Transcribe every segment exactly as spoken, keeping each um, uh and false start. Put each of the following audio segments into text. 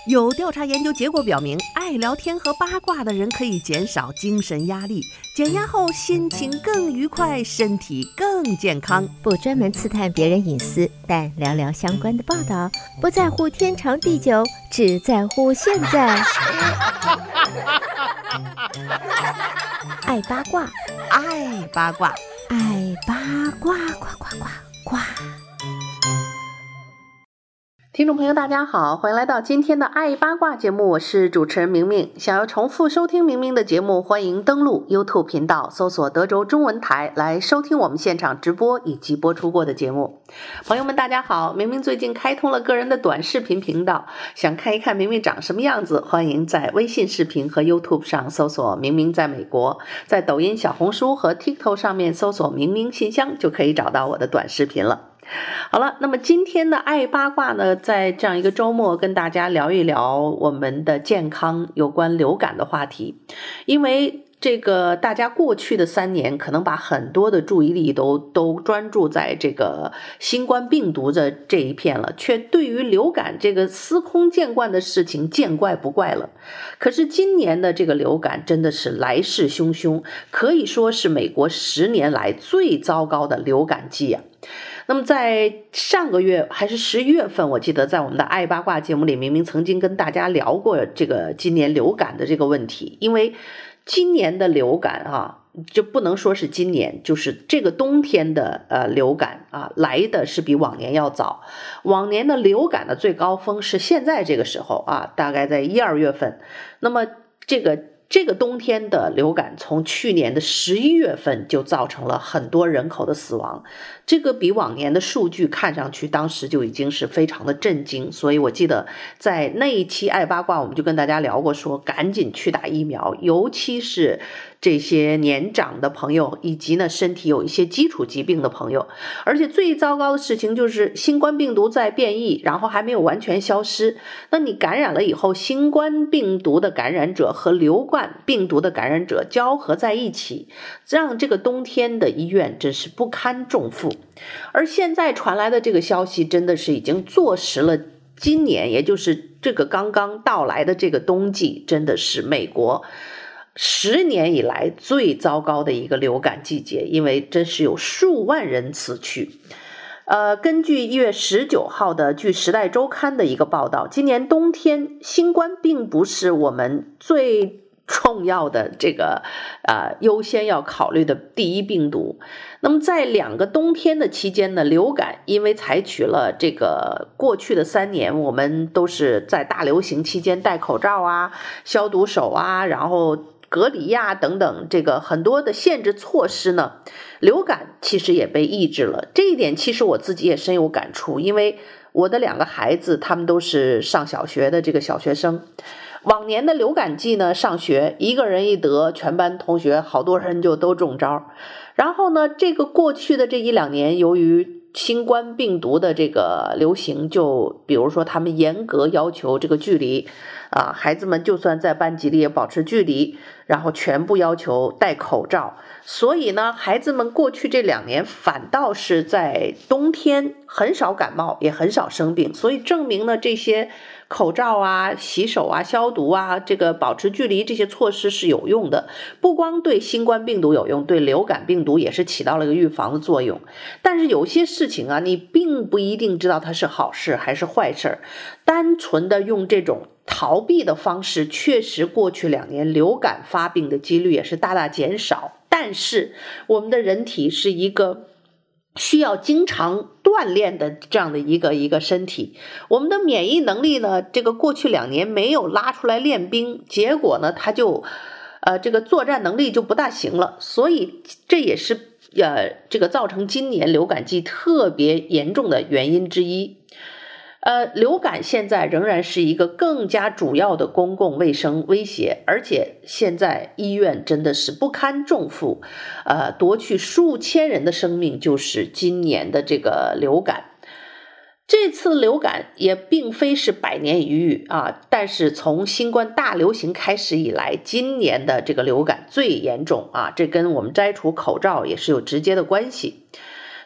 有调查研究结果表明，爱聊天和八卦的人可以减少精神压力，减压后心情更愉快，身体更健康。 不专门刺探别人隐私，但聊聊相关的报道，不在乎天长地久，只在乎现在。爱八卦， 爱八卦， 爱八卦，呱呱呱呱。 听众朋友大家好，欢迎来到今天的爱八卦节目，我是主持人明明。想要重复收听明明的节目，欢迎登录 YouTube 频道，搜索德州中文台来收听我们现场直播以及播出过的节目。朋友们大家好，明明最近开通了个人的短视频频道，想看一看明明长什么样子，欢迎在微信视频和 YouTube 上搜索明明在美国，在抖音、小红书和 TikTok 上面搜索明明信箱就可以找到我的短视频了。好了，那么今天的爱八卦呢，在这样一个周末跟大家聊一聊我们的健康有关流感的话题。因为这个大家过去的三年可能把很多的注意力都都专注在这个新冠病毒的这一片了，却对于流感这个司空见惯的事情见怪不怪了。可是今年的这个流感真的是来势汹汹，可以说是美国十年来最糟糕的流感季啊。那么在上个月还是十一月份，我记得在我们的爱八卦节目里，明明曾经跟大家聊过这个今年流感的这个问题。因为今年的流感啊，就不能说是今年，就是这个冬天的呃流感啊，来的是比往年要早。往年的流感的最高峰是现在这个时候啊，大概在一二月份。那么这个这个冬天的流感从去年的十一月份就造成了很多人口的死亡，这个比往年的数据看上去当时就已经是非常的震惊。所以我记得在那一期爱八卦我们就跟大家聊过，说赶紧去打疫苗，尤其是这些年长的朋友以及呢身体有一些基础疾病的朋友。而且最糟糕的事情就是新冠病毒在变异，然后还没有完全消失。那你感染了以后，新冠病毒的感染者和流感病毒的感染者交合在一起，让这个冬天的医院真是不堪重负。而现在传来的这个消息真的是已经坐实了今年，也就是这个刚刚到来的这个冬季，真的是美国十年以来最糟糕的一个流感季节，因为真是有数万人死去。呃，根据一月十九号的据时代周刊的一个报道，今年冬天新冠并不是我们最重要的这个呃优先要考虑的第一病毒。那么在两个冬天的期间呢，流感因为采取了这个过去的三年我们都是在大流行期间戴口罩啊、消毒手啊，然后隔离呀、啊、等等，这个很多的限制措施呢，流感其实也被抑制了。这一点其实我自己也深有感触，因为我的两个孩子他们都是上小学的这个小学生。往年的流感季呢，上学一个人一得，全班同学好多人就都中招。然后呢，这个过去的这一两年，由于新冠病毒的这个流行，就比如说他们严格要求这个距离啊，孩子们就算在班级里也保持距离，然后全部要求戴口罩。所以呢，孩子们过去这两年反倒是在冬天很少感冒，也很少生病。所以证明呢，这些口罩啊、洗手啊、消毒啊，这个保持距离这些措施是有用的，不光对新冠病毒有用，对流感病毒也是起到了一个预防的作用。但是有些事情啊，你并不一定知道它是好事还是坏事，单纯的用这种逃避的方式，确实过去两年流感发病的几率也是大大减少。但是我们的人体是一个需要经常锻炼的这样的一个一个身体，我们的免疫能力呢，这个过去两年没有拉出来练兵，结果呢，它就呃这个作战能力就不大行了。所以这也是呃这个造成今年流感季特别严重的原因之一。呃，流感现在仍然是一个更加主要的公共卫生威胁，而且现在医院真的是不堪重负，呃，夺去数千人的生命，就是今年的这个流感。这次流感也并非是百年一遇啊，但是从新冠大流行开始以来，今年的这个流感最严重啊，这跟我们摘除口罩也是有直接的关系。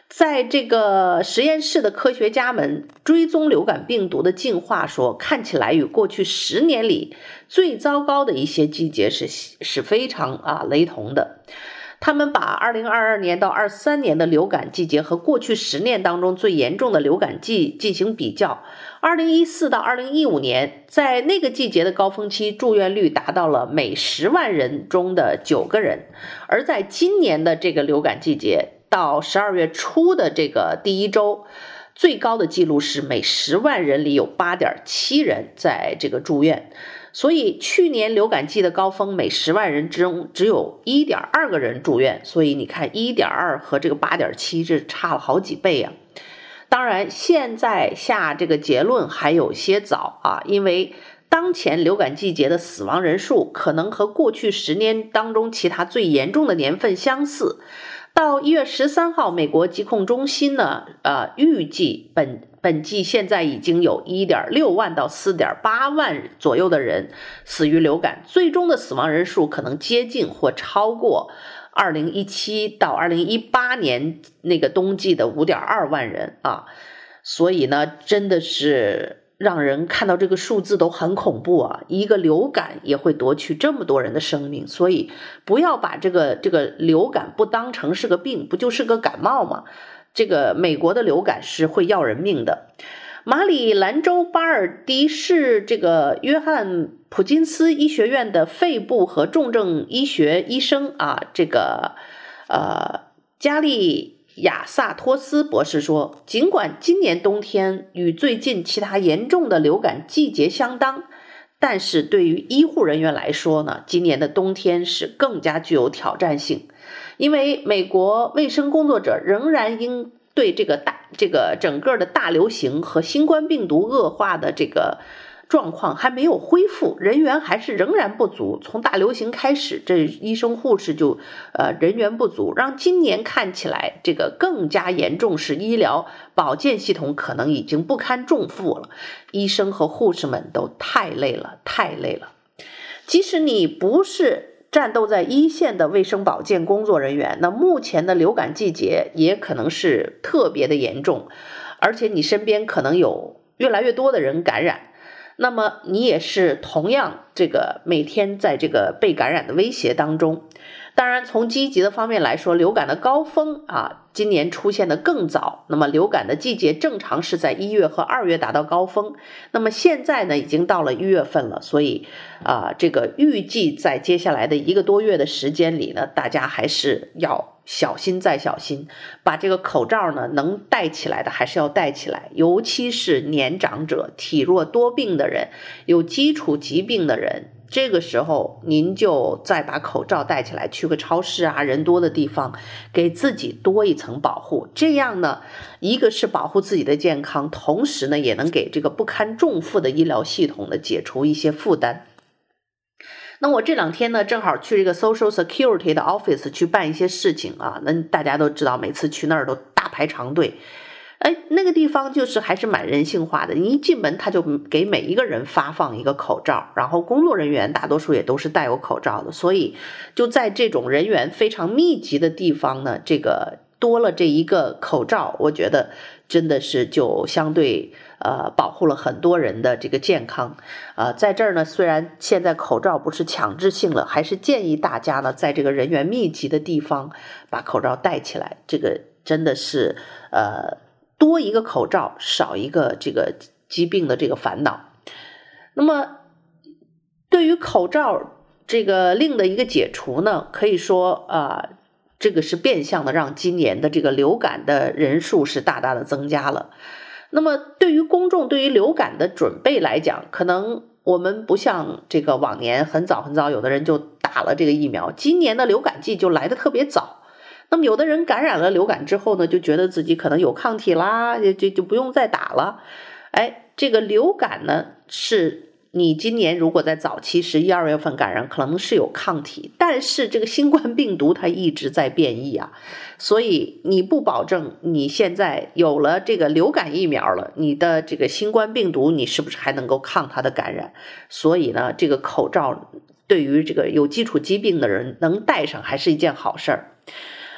在这个实验室的科学家们追踪流感病毒的进化说，看起来与过去十年里最糟糕的一些季节是是非常啊雷同的。他们把二零二二年到二三年的流感季节和过去十年当中最严重的流感季进行比较。二零一四到二零一五年，在那个季节的高峰期，住院率达到了每十万人中的九个人，而在今年的这个流感季节到十二月初的这个第一周，最高的记录是每十万人里有 八点七 人在这个住院。所以去年流感季的高峰，每十万人中只有 一点二 个人住院，所以你看 一点二 和这个 八点七 这差了好几倍啊。当然现在下这个结论还有些早啊，因为当前流感季节的死亡人数可能和过去十年当中其他最严重的年份相似。到一月十三号，美国疾控中心呢，呃，预计本本季现在已经有 一点六万到 四点八万左右的人死于流感，最终的死亡人数可能接近或超过二零一七到二零一八年那个冬季的 五点二万人啊。所以呢，真的是让人看到这个数字都很恐怖啊！一个流感也会夺去这么多人的生命，所以不要把这个这个流感不当成是个病，不就是个感冒吗？这个美国的流感是会要人命的。马里兰州巴尔的市这个约翰普金斯医学院的肺部和重症医学医生啊，这个呃加利亚萨托斯博士说，尽管今年冬天与最近其他严重的流感季节相当，但是对于医护人员来说呢，今年的冬天是更加具有挑战性，因为美国卫生工作者仍然应对这个大这个整个的大流行和新冠病毒恶化的这个状况还没有恢复，人员还是仍然不足。从大流行开始，这医生护士就呃人员不足，让今年看起来这个更加严重，是医疗保健系统可能已经不堪重负了。医生和护士们都太累了，太累了。即使你不是战斗在一线的卫生保健工作人员，那目前的流感季节也可能是特别的严重，而且你身边可能有越来越多的人感染。那么你也是同样这个每天在这个被感染的威胁当中。当然从积极的方面来说，流感的高峰啊，今年出现的更早，那么流感的季节正常是在一月和二月达到高峰，那么现在呢已经到了一月份了，所以啊，这个预计在接下来的一个多月的时间里呢，大家还是要小心再小心，把这个口罩呢能戴起来的还是要戴起来，尤其是年长者、体弱多病的人、有基础疾病的人，这个时候您就再把口罩戴起来，去个超市啊人多的地方，给自己多一层保护。这样呢，一个是保护自己的健康，同时呢也能给这个不堪重负的医疗系统呢解除一些负担。那我这两天呢正好去这个 Social Security 的 office 去办一些事情啊，那大家都知道每次去那儿都大排长队。哎，那个地方就是还是蛮人性化的，你一进门他就给每一个人发放一个口罩，然后工作人员大多数也都是戴有口罩的，所以就在这种人员非常密集的地方呢，这个多了这一个口罩，我觉得真的是就相对呃保护了很多人的这个健康。呃，在这儿呢，虽然现在口罩不是强制性了，还是建议大家呢在这个人员密集的地方把口罩戴起来，这个真的是呃多一个口罩少一个这个疾病的这个烦恼。那么对于口罩这个令的一个解除呢，可以说啊、呃，这个是变相的让今年的这个流感的人数是大大的增加了。那么对于公众对于流感的准备来讲，可能我们不像这个往年很早很早有的人就打了这个疫苗，今年的流感季就来得特别早。那么有的人感染了流感之后呢，就觉得自己可能有抗体啦，就就就不用再打了。哎，这个流感呢，是你今年如果在早期十一二月份感染，可能是有抗体，但是这个新冠病毒它一直在变异啊，所以你不保证你现在有了这个流感疫苗了，你的这个新冠病毒你是不是还能够抗它的感染？所以呢，这个口罩对于这个有基础疾病的人能戴上还是一件好事儿。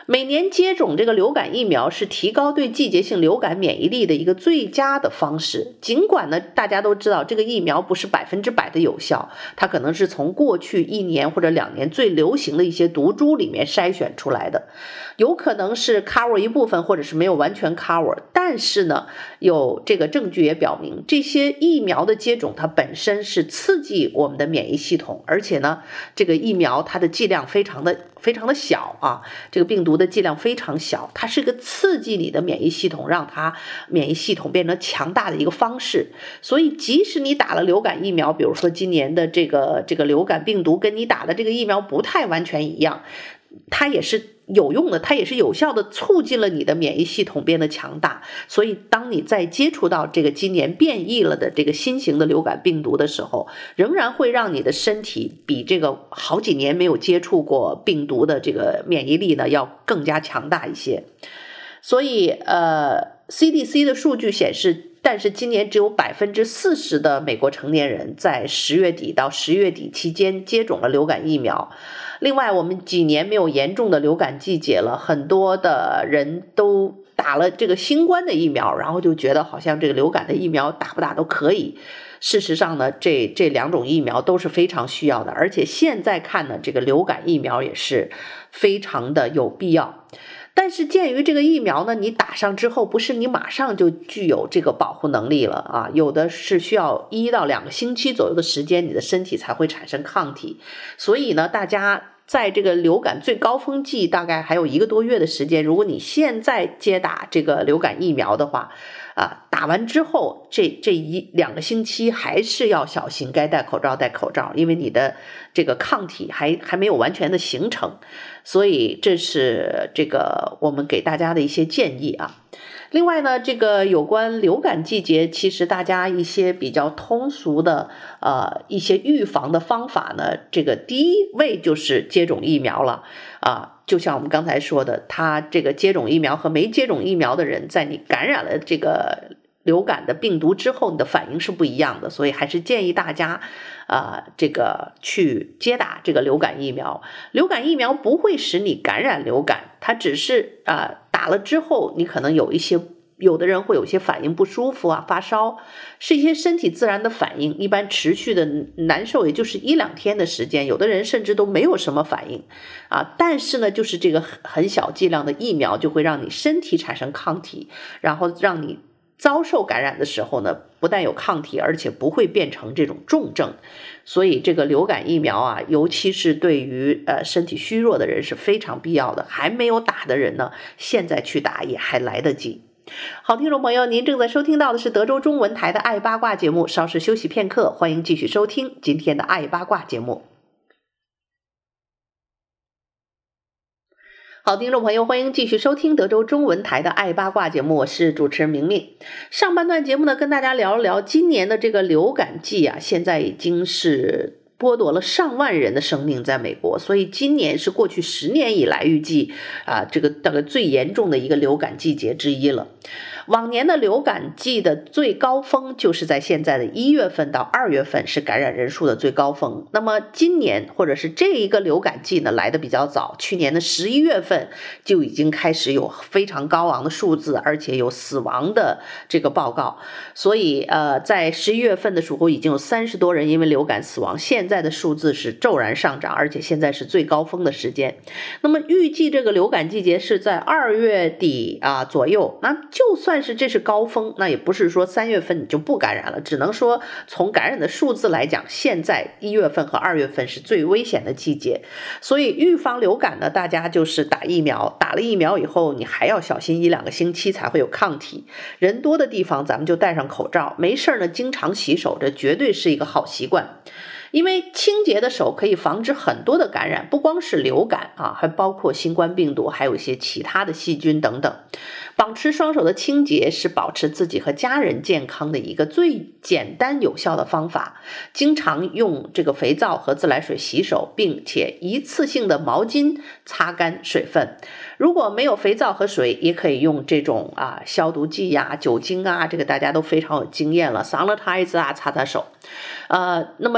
每年接种这个流感疫苗是提高对季节性流感免疫力的一个最佳的方式。尽管呢，大家都知道这个疫苗不是百分之百的有效，它可能是从过去一年或者两年最流行的一些毒株里面筛选出来的，有可能是 cover 一部分，或者是没有完全 cover。但是呢，有这个证据也表明，这些疫苗的接种它本身是刺激我们的免疫系统，而且呢，这个疫苗它的剂量非常的非常的小啊，这个病毒的剂量非常小，它是个刺激你的免疫系统，让它免疫系统变得强大的一个方式。所以即使你打了流感疫苗，比如说今年的这个这个流感病毒跟你打的这个疫苗不太完全一样，它也是有用的，它也是有效的促进了你的免疫系统变得强大。所以当你在接触到这个今年变异了的这个新型的流感病毒的时候，仍然会让你的身体比这个好几年没有接触过病毒的这个免疫力呢要更加强大一些。所以呃 C D C 的数据显示，但是今年只有 百分之四十 的美国成年人在十月底到十月底期间接种了流感疫苗。另外，我们几年没有严重的流感季节了，很多的人都打了这个新冠的疫苗，然后就觉得好像这个流感的疫苗打不打都可以。事实上呢，这这两种疫苗都是非常需要的，而且现在看呢，这个流感疫苗也是非常的有必要。但是鉴于这个疫苗呢，你打上之后不是你马上就具有这个保护能力了啊，有的是需要一到两个星期左右的时间，你的身体才会产生抗体。所以呢，大家在这个流感最高峰季大概还有一个多月的时间，如果你现在接打这个流感疫苗的话啊，打完之后这这一两个星期还是要小心，该戴口罩戴口罩，因为你的这个抗体还还没有完全的形成。所以这是这个我们给大家的一些建议啊。另外呢，这个有关流感季节，其实大家一些比较通俗的呃一些预防的方法呢，这个第一位就是接种疫苗了啊。就像我们刚才说的，他这个接种疫苗和没接种疫苗的人，在你感染了这个流感的病毒之后，你的反应是不一样的，所以还是建议大家啊、呃，这个去接打这个流感疫苗。流感疫苗不会使你感染流感，它只是啊、呃、打了之后，你可能有一些，有的人会有些反应不舒服啊，发烧，是一些身体自然的反应，一般持续的难受也就是一两天的时间，有的人甚至都没有什么反应啊。但是呢，就是这个很小剂量的疫苗就会让你身体产生抗体，然后让你遭受感染的时候呢，不但有抗体，而且不会变成这种重症。所以这个流感疫苗啊，尤其是对于呃身体虚弱的人是非常必要的。还没有打的人呢，现在去打也还来得及。好，听众朋友，您正在收听到的是德州中文台的爱八卦节目，稍事休息片刻，欢迎继续收听今天的爱八卦节目。好，听众朋友，欢迎继续收听德州中文台的爱八卦节目，我是主持人明明。上半段节目呢，跟大家聊一聊今年的这个流感季啊，现在已经是剥夺了上万人的生命在美国，所以今年是过去十年以来预计啊，这个大概最严重的一个流感季节之一了。往年的流感季的最高峰就是在现在的一月份到二月份是感染人数的最高峰。那么今年或者是这一个流感季呢来得比较早，去年的十一月份就已经开始有非常高昂的数字，而且有死亡的这个报告。所以呃，在十一月份的时候已经有三十多人因为流感死亡，现在的数字是骤然上涨，而且现在是最高峰的时间。那么预计这个流感季节是在二月底啊左右，那就算但是这是高峰，那也不是说三月份你就不感染了，只能说从感染的数字来讲，现在一月份和二月份是最危险的季节。所以预防流感呢，大家就是打疫苗，打了疫苗以后你还要小心一两个星期才会有抗体。人多的地方咱们就戴上口罩，没事呢经常洗手，这绝对是一个好习惯。因为清洁的手可以防止很多的感染，不光是流感啊，还包括新冠病毒，还有一些其他的细菌等等。保持双手的清洁是保持自己和家人健康的一个最简单有效的方法。经常用这个肥皂和自来水洗手，并且一次性的毛巾擦干水分。如果没有肥皂和水，也可以用这种啊消毒剂呀、酒精啊，这个大家都非常有经验了 ，sanitize 啊，擦擦手。呃，那么正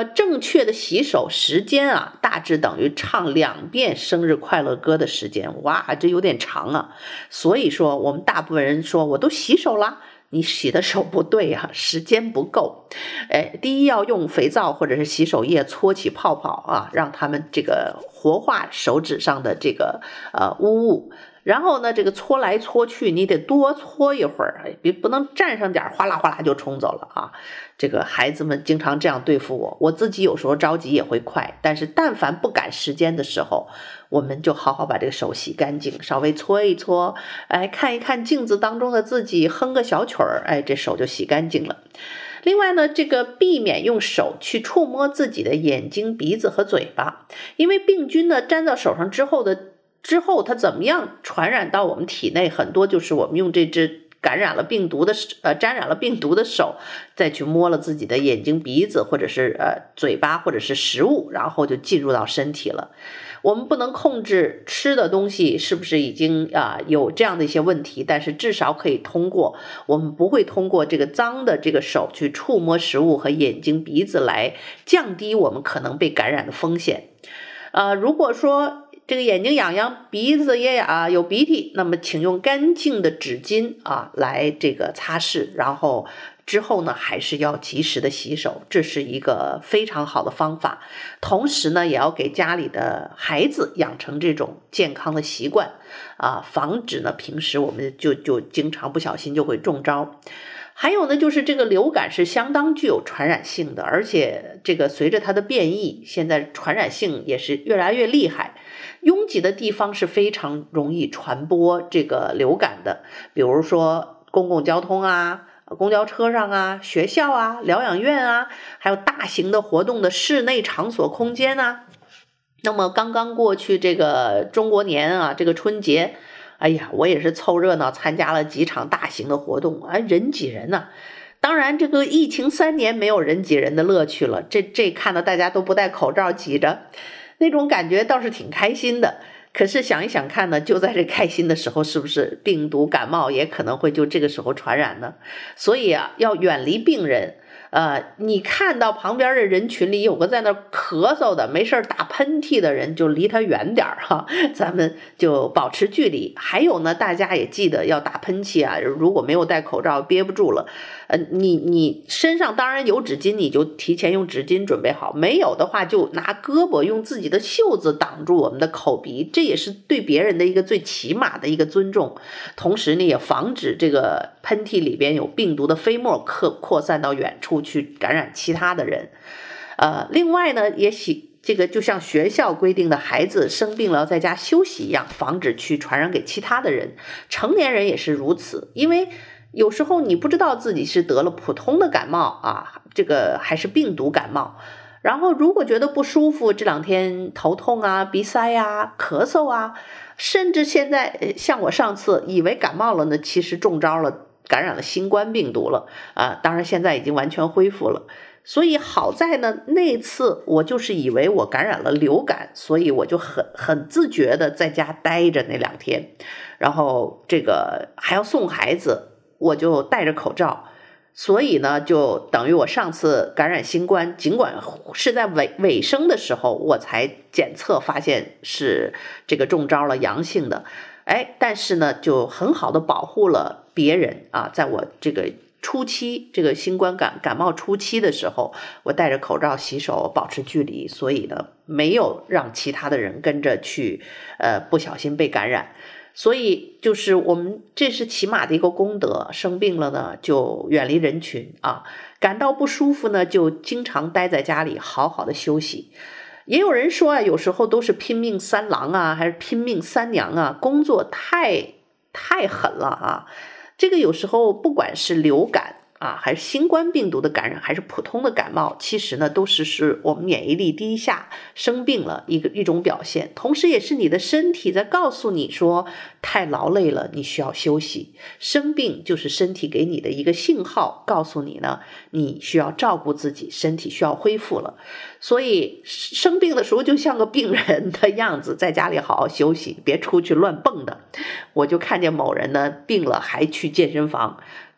确的洗手时间啊，大致等于唱两遍生日快乐歌的时间。哇，这有点长啊。所以说我们大部分人说我都洗手了，你洗的手不对啊，时间不够。哎，第一要用肥皂或者是洗手液搓起泡泡啊，让他们这个活化手指上的这个呃污物。然后呢，这个搓来搓去，你得多搓一会儿，别不能沾上点哗啦哗啦就冲走了啊！这个孩子们经常这样对付我，我自己有时候着急也会快，但是但凡不赶时间的时候，我们就好好把这个手洗干净，稍微搓一搓，哎，看一看镜子当中的自己，哼个小曲儿，哎，这手就洗干净了。另外呢，这个避免用手去触摸自己的眼睛、鼻子和嘴巴，因为病菌呢粘到手上之后的。之后它怎么样传染到我们体内，很多就是我们用这只感染了病毒的呃沾染了病毒的手再去摸了自己的眼睛、鼻子或者是呃嘴巴或者是食物，然后就进入到身体了。我们不能控制吃的东西是不是已经啊、呃、有这样的一些问题，但是至少可以通过我们不会通过这个脏的这个手去触摸食物和眼睛、鼻子来降低我们可能被感染的风险。呃，如果说这个眼睛痒痒，鼻子也痒，有鼻涕，那么请用干净的纸巾啊来这个擦拭，然后之后呢还是要及时的洗手，这是一个非常好的方法。同时呢也要给家里的孩子养成这种健康的习惯啊，防止呢平时我们就就经常不小心就会中招。还有呢，就是这个流感是相当具有传染性的，而且这个随着它的变异，现在传染性也是越来越厉害。拥挤的地方是非常容易传播这个流感的，比如说公共交通啊、公交车上啊、学校啊、疗养院啊，还有大型的活动的室内场所空间啊。那么刚刚过去这个中国年啊，这个春节，哎呀，我也是凑热闹参加了几场大型的活动，哎，人挤人呐、啊。当然这个疫情三年没有人挤人的乐趣了，这这看到大家都不戴口罩挤着，那种感觉倒是挺开心的。可是想一想看呢，就在这开心的时候，是不是病毒感冒也可能会就这个时候传染呢？所以啊，要远离病人。呃，你看到旁边的人群里有个在那咳嗽的、没事打喷嚏的人，就离他远点哈，咱们就保持距离。还有呢，大家也记得要打喷嚏啊，如果没有戴口罩憋不住了，呃，你你身上当然有纸巾，你就提前用纸巾准备好；没有的话，就拿胳膊用自己的袖子挡住我们的口鼻，这也是对别人的一个最起码的一个尊重。同时呢，也防止这个喷嚏里边有病毒的飞沫扩扩散到远处去感染其他的人。呃，另外呢，也许这个就像学校规定的孩子生病了要在家休息一样，防止去传染给其他的人。成年人也是如此，因为有时候你不知道自己是得了普通的感冒啊，这个还是病毒感冒。然后如果觉得不舒服，这两天头痛啊、鼻塞啊、咳嗽啊，甚至现在像我上次以为感冒了呢，其实中招了，感染了新冠病毒了啊！当然现在已经完全恢复了。所以好在呢，那次我就是以为我感染了流感，所以我就很很自觉的在家待着那两天，然后这个还要送孩子，我就戴着口罩。所以呢，就等于我上次感染新冠，尽管是在尾尾声的时候我才检测发现是这个中招了，阳性的，哎，但是呢，就很好的保护了别人啊。在我这个初期，这个新冠感感冒初期的时候，我戴着口罩洗手，保持距离，所以呢，没有让其他的人跟着去，呃，不小心被感染。所以就是我们这是起码的一个功德，生病了呢就远离人群啊，感到不舒服呢就经常待在家里好好的休息。也有人说啊，有时候都是拼命三郎啊，还是拼命三娘啊，工作太太狠了啊。这个有时候不管是流感啊，还是新冠病毒的感染，还是普通的感冒，其实呢都是是我们免疫力低下生病了一个一种表现，同时也是你的身体在告诉你说太劳累了，你需要休息。生病就是身体给你的一个信号，告诉你呢你需要照顾自己，身体需要恢复了。所以生病的时候就像个病人的样子，在家里好好休息，别出去乱蹦的。我就看见某人呢病了还去健身房，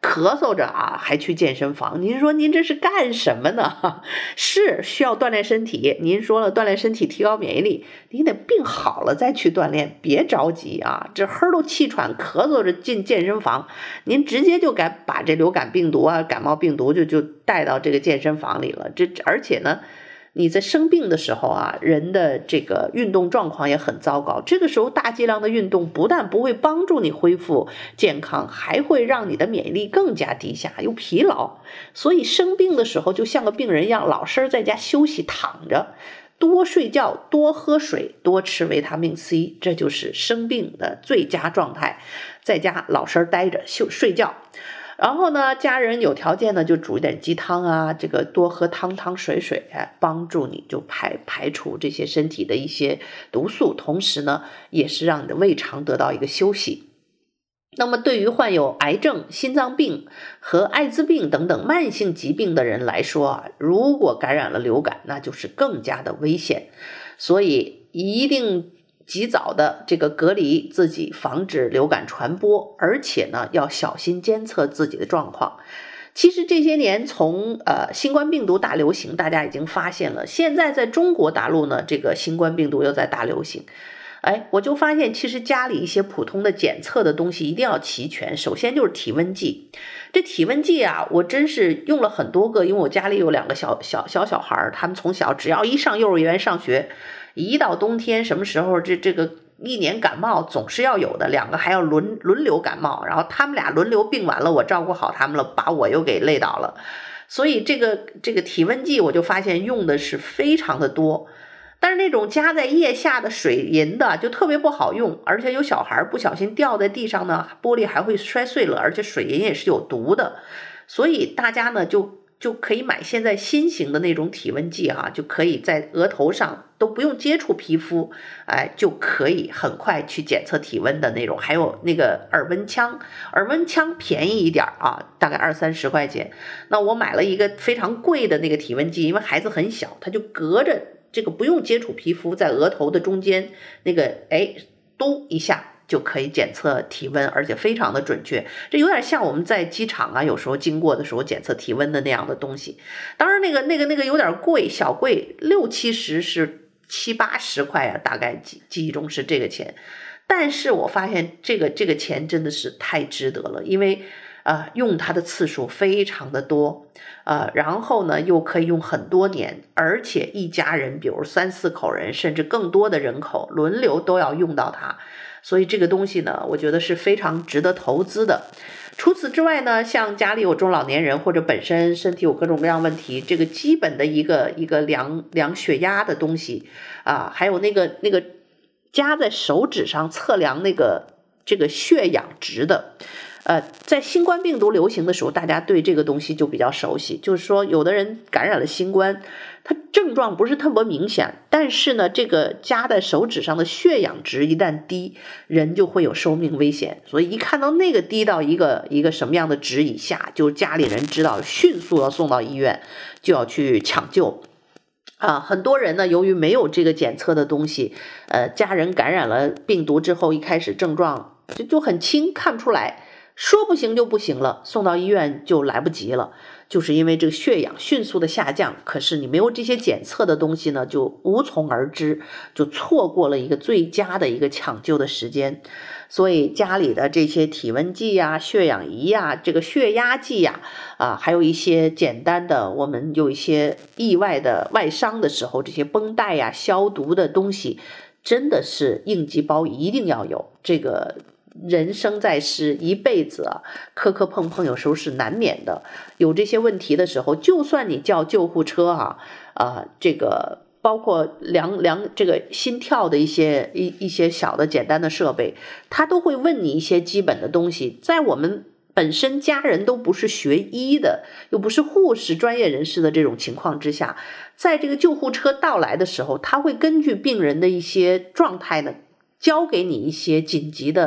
咳嗽着啊还去健身房，您说您这是干什么呢？是需要锻炼身体，您说了锻炼身体提高免疫力，你得病好了再去锻炼，别着急啊，这呵都气喘咳嗽着进健身房，您直接就该把这流感病毒啊感冒病毒就就带到这个健身房里了。这而且呢你在生病的时候啊，人的这个运动状况也很糟糕，这个时候大剂量的运动不但不会帮助你恢复健康，还会让你的免疫力更加低下，又疲劳。所以生病的时候就像个病人一样，老实在家休息躺着，多睡觉，多喝水，多吃维他命 C， 这就是生病的最佳状态。在家老实待着休睡觉，然后呢家人有条件呢就煮一点鸡汤啊，这个多喝汤汤水水，哎，帮助你就排排除这些身体的一些毒素，同时呢也是让你的胃肠得到一个休息。那么对于患有癌症、心脏病和艾滋病等等慢性疾病的人来说啊，如果感染了流感，那就是更加的危险，所以一定及早的这个隔离自己，防止流感传播，而且呢要小心监测自己的状况。其实这些年从呃新冠病毒大流行，大家已经发现了，现在在中国大陆呢，这个新冠病毒又在大流行。哎，我就发现其实家里一些普通的检测的东西一定要齐全。首先就是体温计，这体温计啊，我真是用了很多个，因为我家里有两个小小小小孩，他们从小只要一上幼儿园上学，一到冬天什么时候这这个一年感冒总是要有的，两个还要轮轮流感冒，然后他们俩轮流病完了，我照顾好他们了，把我又给累倒了。所以这个这个体温计我就发现用的是非常的多。但是那种夹在腋下的水银的就特别不好用，而且有小孩不小心掉在地上呢，玻璃还会摔碎了，而且水银也是有毒的。所以大家呢就就可以买现在新型的那种体温计啊，就可以在额头上都不用接触皮肤，哎，就可以很快去检测体温的那种。还有那个耳温枪，耳温枪便宜一点啊，大概二三十块钱。那我买了一个非常贵的那个体温计，因为孩子很小，他就隔着这个不用接触皮肤，在额头的中间那个，哎，嘟一下就可以检测体温，而且非常的准确。这有点像我们在机场啊，有时候经过的时候检测体温的那样的东西。当然那个那个那个有点贵，小贵，六七十是七八十块啊，大概记记忆中是这个钱。但是我发现这个这个钱真的是太值得了，因为呃，用它的次数非常的多，呃，然后呢又可以用很多年，而且一家人比如三四口人甚至更多的人口轮流都要用到它，所以这个东西呢我觉得是非常值得投资的。除此之外呢，像家里有中老年人或者本身身体有各种各样问题，这个基本的一个一个量量血压的东西啊，还有那个那个夹在手指上测量那个这个血氧值的。呃，在新冠病毒流行的时候，大家对这个东西就比较熟悉，就是说有的人感染了新冠，他症状不是特别明显，但是呢这个夹在手指上的血氧值一旦低，人就会有生命危险。所以一看到那个低到一个一个什么样的值以下，就家里人知道迅速要送到医院，就要去抢救。啊，很多人呢由于没有这个检测的东西，呃，家人感染了病毒之后，一开始症状就就很轻，看不出来，说不行就不行了，送到医院就来不及了，就是因为这个血氧迅速的下降，可是你没有这些检测的东西呢，就无从而知，就错过了一个最佳的一个抢救的时间。所以家里的这些体温计啊、血氧仪啊、这个血压计呀、啊，啊，还有一些简单的，我们有一些意外的外伤的时候，这些绷带呀、消毒的东西，真的是应急包一定要有。这个人生在世一辈子啊，磕磕碰碰有时候是难免的，有这些问题的时候，就算你叫救护车啊，啊，这个包括量量这个心跳的一些一一些小的简单的设备，他都会问你一些基本的东西。在我们本身家人都不是学医的，又不是护士专业人士的这种情况之下，在这个救护车到来的时候，他会根据病人的一些状态呢，教给你一些紧急的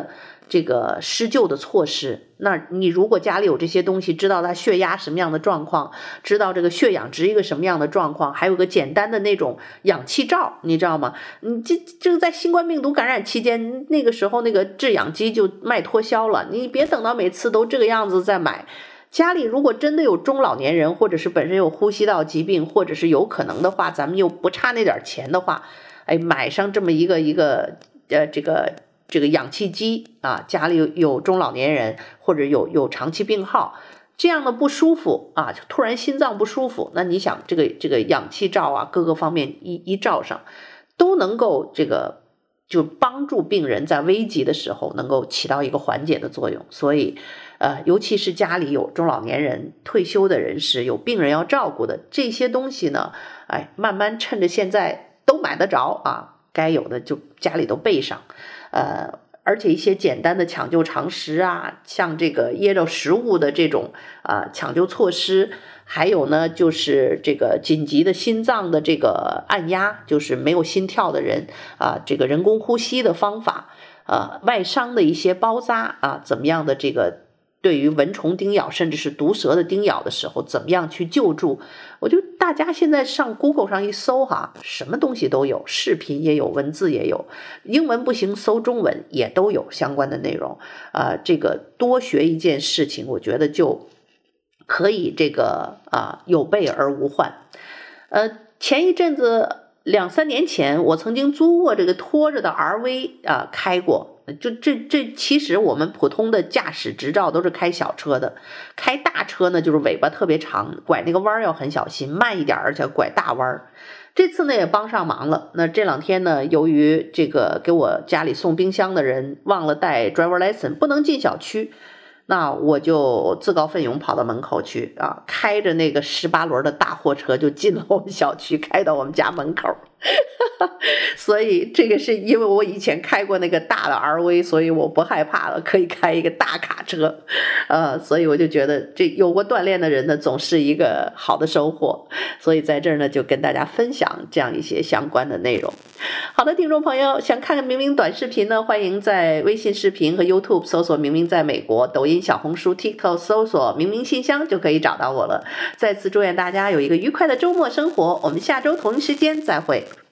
这个施救的措施。那你如果家里有这些东西，知道他血压什么样的状况，知道这个血氧值一个什么样的状况，还有个简单的那种氧气罩，你知道吗？你这这个在新冠病毒感染期间，那个时候那个制氧机就卖脱销了，你别等到每次都这个样子再买。家里如果真的有中老年人，或者是本身有呼吸道疾病，或者是有可能的话，咱们又不差那点钱的话，哎，买上这么一个一个呃这个这个氧气机啊，家里有有中老年人或者有有长期病号，这样的不舒服啊，突然心脏不舒服，那你想这个这个氧气罩啊，各个方面一一罩上，都能够这个就帮助病人在危急的时候能够起到一个缓解的作用。所以呃，尤其是家里有中老年人、退休的人士、有病人要照顾的，这些东西呢，哎，慢慢趁着现在都买得着啊，该有的就家里都备上。呃，而且一些简单的抢救常识啊，像这个噎着食物的这种啊、呃、抢救措施，还有呢就是这个紧急的心脏的这个按压，就是没有心跳的人啊、呃，这个人工呼吸的方法，呃，外伤的一些包扎啊，怎么样的这个。对于蚊虫叮咬甚至是毒蛇的叮咬的时候，怎么样去救助？我觉得大家现在上 Google 上一搜哈，什么东西都有，视频也有，文字也有，英文不行搜中文也都有相关的内容。呃，这个多学一件事情，我觉得就可以这个啊、呃、有备而无患。呃，前一阵子两三年前，我曾经租过这个拖着的 R V 啊、呃、开过。就这这其实我们普通的驾驶执照都是开小车的，开大车呢就是尾巴特别长，拐那个弯要很小心，慢一点，而且拐大弯。这次呢也帮上忙了。那这两天呢，由于这个给我家里送冰箱的人忘了带 driver license， 不能进小区，那我就自告奋勇跑到门口去啊，开着那个十八轮的大货车就进了我们小区，开到我们家门口。所以这个是因为我以前开过那个大的 R V， 所以我不害怕了，可以开一个大卡车。呃，所以我就觉得这有过锻炼的人呢，总是一个好的收获。所以在这儿呢，就跟大家分享这样一些相关的内容。好的，听众朋友，想看明明短视频呢，欢迎在微信视频和 YouTube 搜索明明在美国，抖音、小红书、TikTok 搜索明明信箱就可以找到我了。再次祝愿大家有一个愉快的周末生活，我们下周同一时间再会。